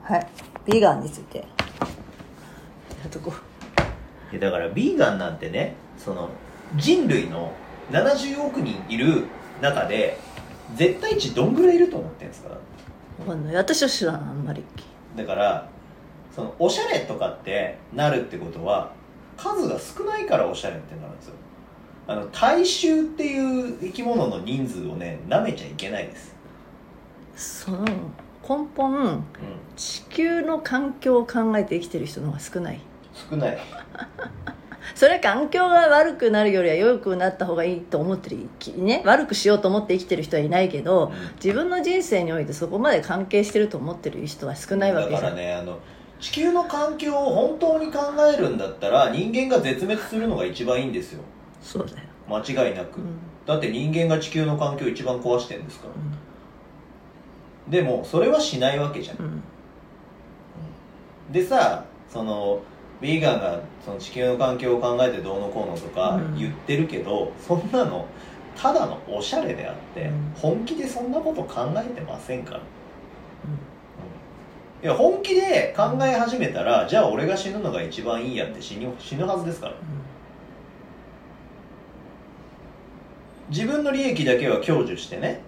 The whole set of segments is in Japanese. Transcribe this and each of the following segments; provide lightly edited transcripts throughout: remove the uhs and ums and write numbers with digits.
はい、ビーガンについてだからビーガンなんてね、その人類の70億人いる中で絶対値どんぐらいいると思ってんですか？ 分かんない、私は知らん、あんまり。 だからそのおしゃれとかってなるってことは数が少ないからおしゃれってなるんですよ。大衆っていう生き物の人数をね舐めちゃいけないです。 その根本、地球の環境を考えて生きてる人の方が少ないそれは環境が悪くなるよりは良くなった方がいいと思ってるね、悪くしようと思って生きてる人はいないけど、自分の人生においてそこまで関係してると思ってる人は少ないわけじゃん。 だからね、地球の環境を本当に考えるんだったら人間が絶滅するのが一番いいんですよ。 そうだよ、 間違いなく、だって人間が地球の環境を一番壊してるんですから、でもそれはしないわけじゃん、でさ、そのビーガンがその地球の環境を考えてどうのこうのとか言ってるけど、そんなのただのおしゃれであって、本気でそんなこと考えてませんから、いや本気で考え始めたら、じゃあ俺が死ぬのが一番いいやって死ぬはずですから、自分の利益だけは享受してね、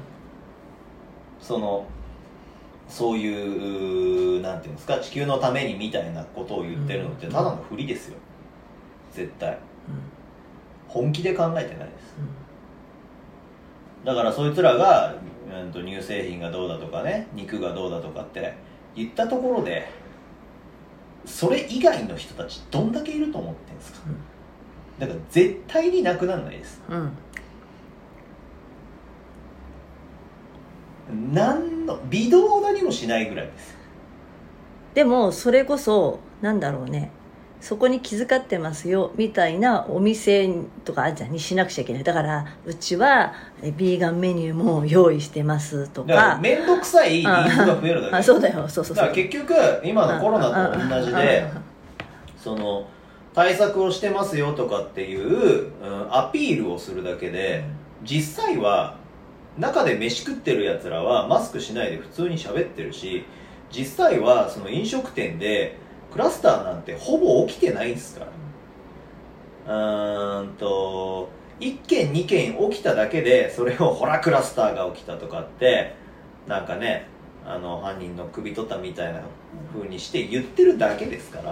そういうなんていうんですか、地球のためにみたいなことを言ってるのってただの振りですよ、絶対、本気で考えてないです、だからそいつらが、乳製品がどうだとかね、肉がどうだとかって言ったところで、それ以外の人たちどんだけいると思ってんですか、だから絶対になくならないです、何の微動だにもしないぐらいです。 でもそれこそなんだろうね、そこに気遣ってますよみたいなお店とかあるじゃんにしなくちゃいけない。だからうちはビーガンメニューも用意してますとか、 だから面倒くさいニーズが増えるだけ。 そうだよ、そうだから結局今のコロナと同じで、その対策をしてますよとかっていう、アピールをするだけで、実際は中で飯食ってるやつらはマスクしないで普通に喋ってるし、実際はその飲食店でクラスターなんてほぼ起きてないんですから。1件2件起きただけでそれをほらクラスターが起きたとかってなんかね、犯人の首取ったみたいな風にして言ってるだけですから、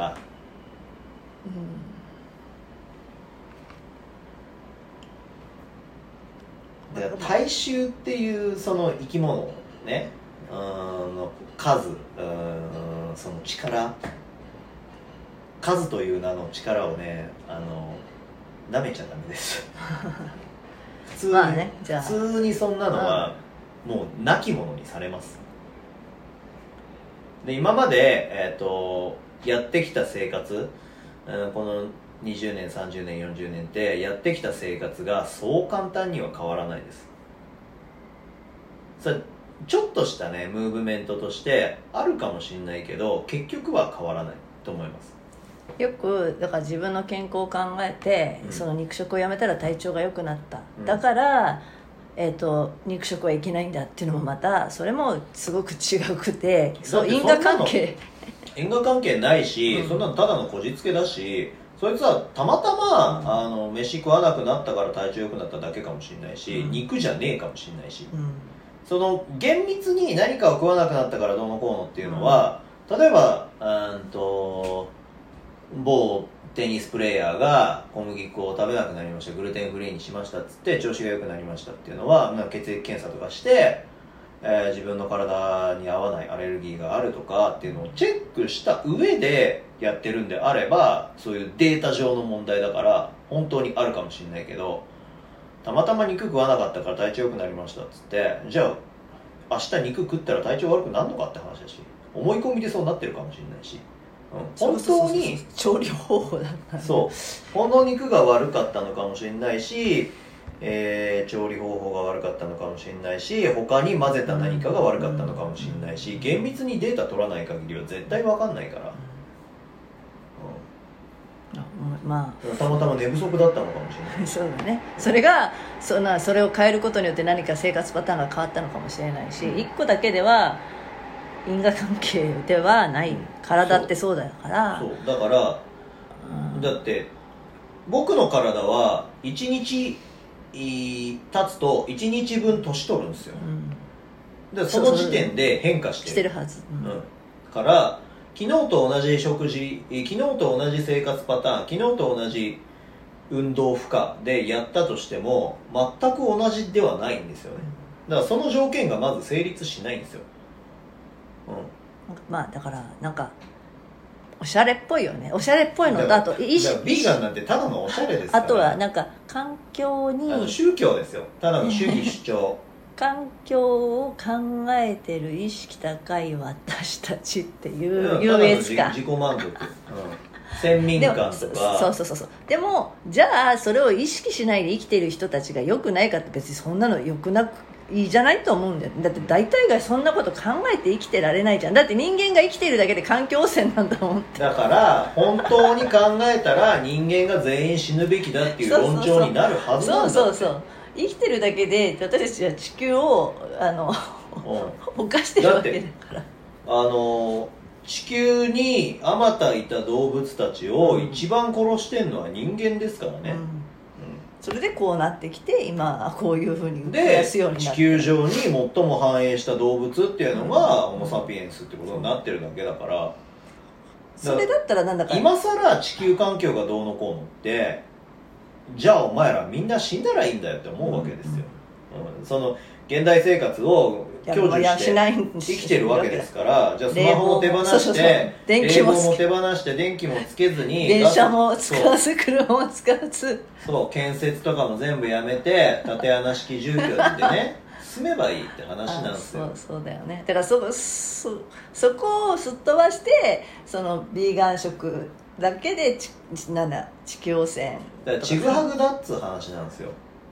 で大衆っていうその生き物ね、の数、その力、数という名の力をね、舐めちゃダメです普通に、まあね、じゃあ普通にそんなのはもう亡き者にされます。で今まで、やってきた生活、この20年30年40年ってやってきた生活がそう簡単には変わらないです。それちょっとしたねムーブメントとしてあるかもしれないけど結局は変わらないと思います。 よくだから自分の健康を考えて、その肉食をやめたら体調が良くなった、だから、肉食はいけないんだっていうのもまたそれもすごく違くて、そう因果関係ないし、そんなのただのこじつけだし、そいつはたまたま、飯食わなくなったから体調良くなっただけかもしれないし、肉じゃねえかもしれないし、その厳密に何かを食わなくなったからどうのこうのっていうのは、例えば某テニスプレーヤーが小麦粉を食べなくなりました、グルテンフリーにしましたっつって調子が良くなりましたっていうのは、血液検査とかして、自分の体に合わないアレルギーがあるとかっていうのをチェックした上でやってるんであれば、そういうデータ上の問題だから本当にあるかもしれないけど、たまたま肉食わなかったから体調良くなりましたっつって、じゃあ明日肉食ったら体調悪くなるのかって話だし、思い込みでそうなってるかもしれないし、本当に調理方法だったら、 そう本当に肉が悪かったのかもしれないし、調理方法が悪かったのかもしれないし、他に混ぜた何かが悪かったのかもしれないし、厳密にデータ取らない限りは絶対分かんないから、まあ、たまたま寝不足だったのかもしれないそうだね、それがそれを変えることによって何か生活パターンが変わったのかもしれないし、1個だけでは因果関係ではない体ってそうだから。 そうだから、だって僕の体は1日経つと1日分年取るんですよ、でその時点で変化してるはず、 から昨日と同じ食事、昨日と同じ生活パターン、昨日と同じ運動負荷でやったとしても全く同じではないんですよね。だからその条件がまず成立しないんですよ、 まあだからなんかおしゃれっぽいよね。おしゃれっぽいのと、あとビーガンなんてただのおしゃれですから。 あとはなんか環境に宗教ですよ、ただの主義主張環境を考えてる意識高い私たちっていう優越感、 自己満足、先民感とか。 そうでもじゃあそれを意識しないで生きてる人たちが良くないかって、別にそんなの良くないいじゃないと思うんだよ。だって大体がそんなこと考えて生きてられないじゃん。だって人間が生きてるだけで環境汚染なんだもんって。 だから本当に考えたら人間が全員死ぬべきだっていう論調になるはずなんだって。 そう生きてるだけで私たちは地球を犯してるわけだから。 地球にあまたいた動物たちを一番殺してるのは人間ですからね、 それでこうなってきて今こういうふうに暮らすようになって、 地球上に最も繁栄した動物っていうのがホモ・サピエンスってことになってるだけだから、 それだったらなんだか今さら地球環境がどうのこうのってじゃあお前らみんな死んだらいいんだよって思うわけですよ、その現代生活を享受して生きてるわけですから、じゃあスマホも手放して冷房も手放して電気もつけずに電車も使わず車も使わず、 そう建設とかも全部やめて縦穴式住居でね住めばいいって話なんですよ。 そうだよね。だからそこをすっ飛ばしてそのビーガン食だけで地球汚染だからちぐはぐだっつう話なんですよ。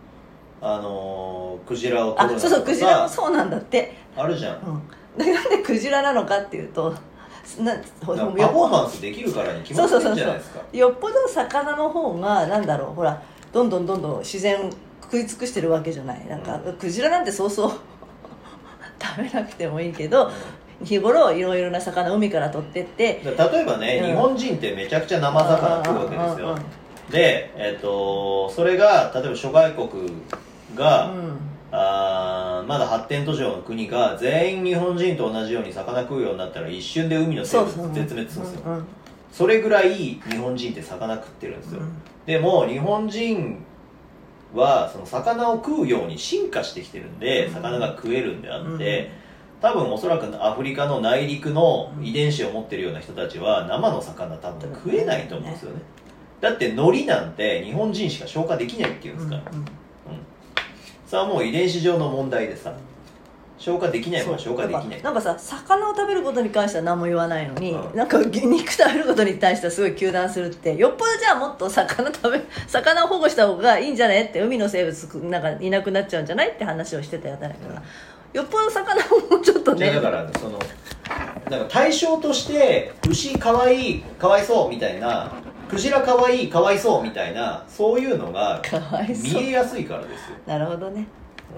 クジラを取るのとかそうクジラもそうなんだってあるじゃん、 なんでクジラなのかっていうとパフォーマンスできるからに決まってるんじゃないですか。 よっぽど魚の方がなんだろう、ほらどんどん自然食い尽くしてるわけじゃない。なんか、クジラなんてそうそう食べなくてもいいけど、日頃いろいろな魚海から取ってって例えばね、日本人ってめちゃくちゃ生魚食うわけですよ。で、それが例えば諸外国が、まだ発展途上の国が全員日本人と同じように魚食うようになったら一瞬で海の生物絶滅するんですよ。それぐらい日本人って魚食ってるんですよ、でも日本人はその魚を食うように進化してきてるんで魚が食えるんであって、多分おそらくアフリカの内陸の遺伝子を持ってるような人たちは生の魚多分食えないと思うんですよね。だって海苔なんて日本人しか消化できないっていうんですから、それはもう遺伝子上の問題でさ、消化できないものは消化できない。 なんかさ、魚を食べることに関しては何も言わないのに、なんか肉食べることに対してはすごい糾弾するって、よっぽどじゃあもっと魚を保護した方がいいんじゃないって、海の生物なんかいなくなっちゃうんじゃないって話をしてたやつだから、よっぽど魚をもうちょっとね。 だからなんか対象として牛かわいいかわいそうみたいな、クジラかわいいかわいそうみたいな、そういうのが見えやすいからですよ。 なるほどね、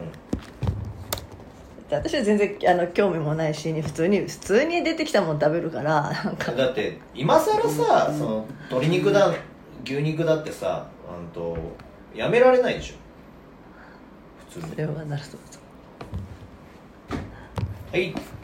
私は全然興味もないし、普通に出てきたもの食べるからなんかだって今更さ、その鶏肉だ牛肉だってさやめられないでしょ普通に。 それはなるほど。 はい。